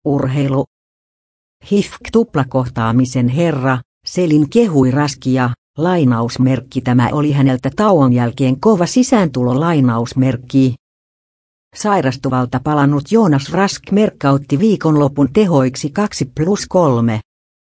Urheilu. HIFK-tuplakohtaamisen herra, Selin kehui Raskia, lainausmerkki tämä oli häneltä tauon jälkeen kova sisääntulo lainausmerkki. Sairastuvalta palannut Jonas Rask merkkautti viikonlopun tehoiksi 2+3.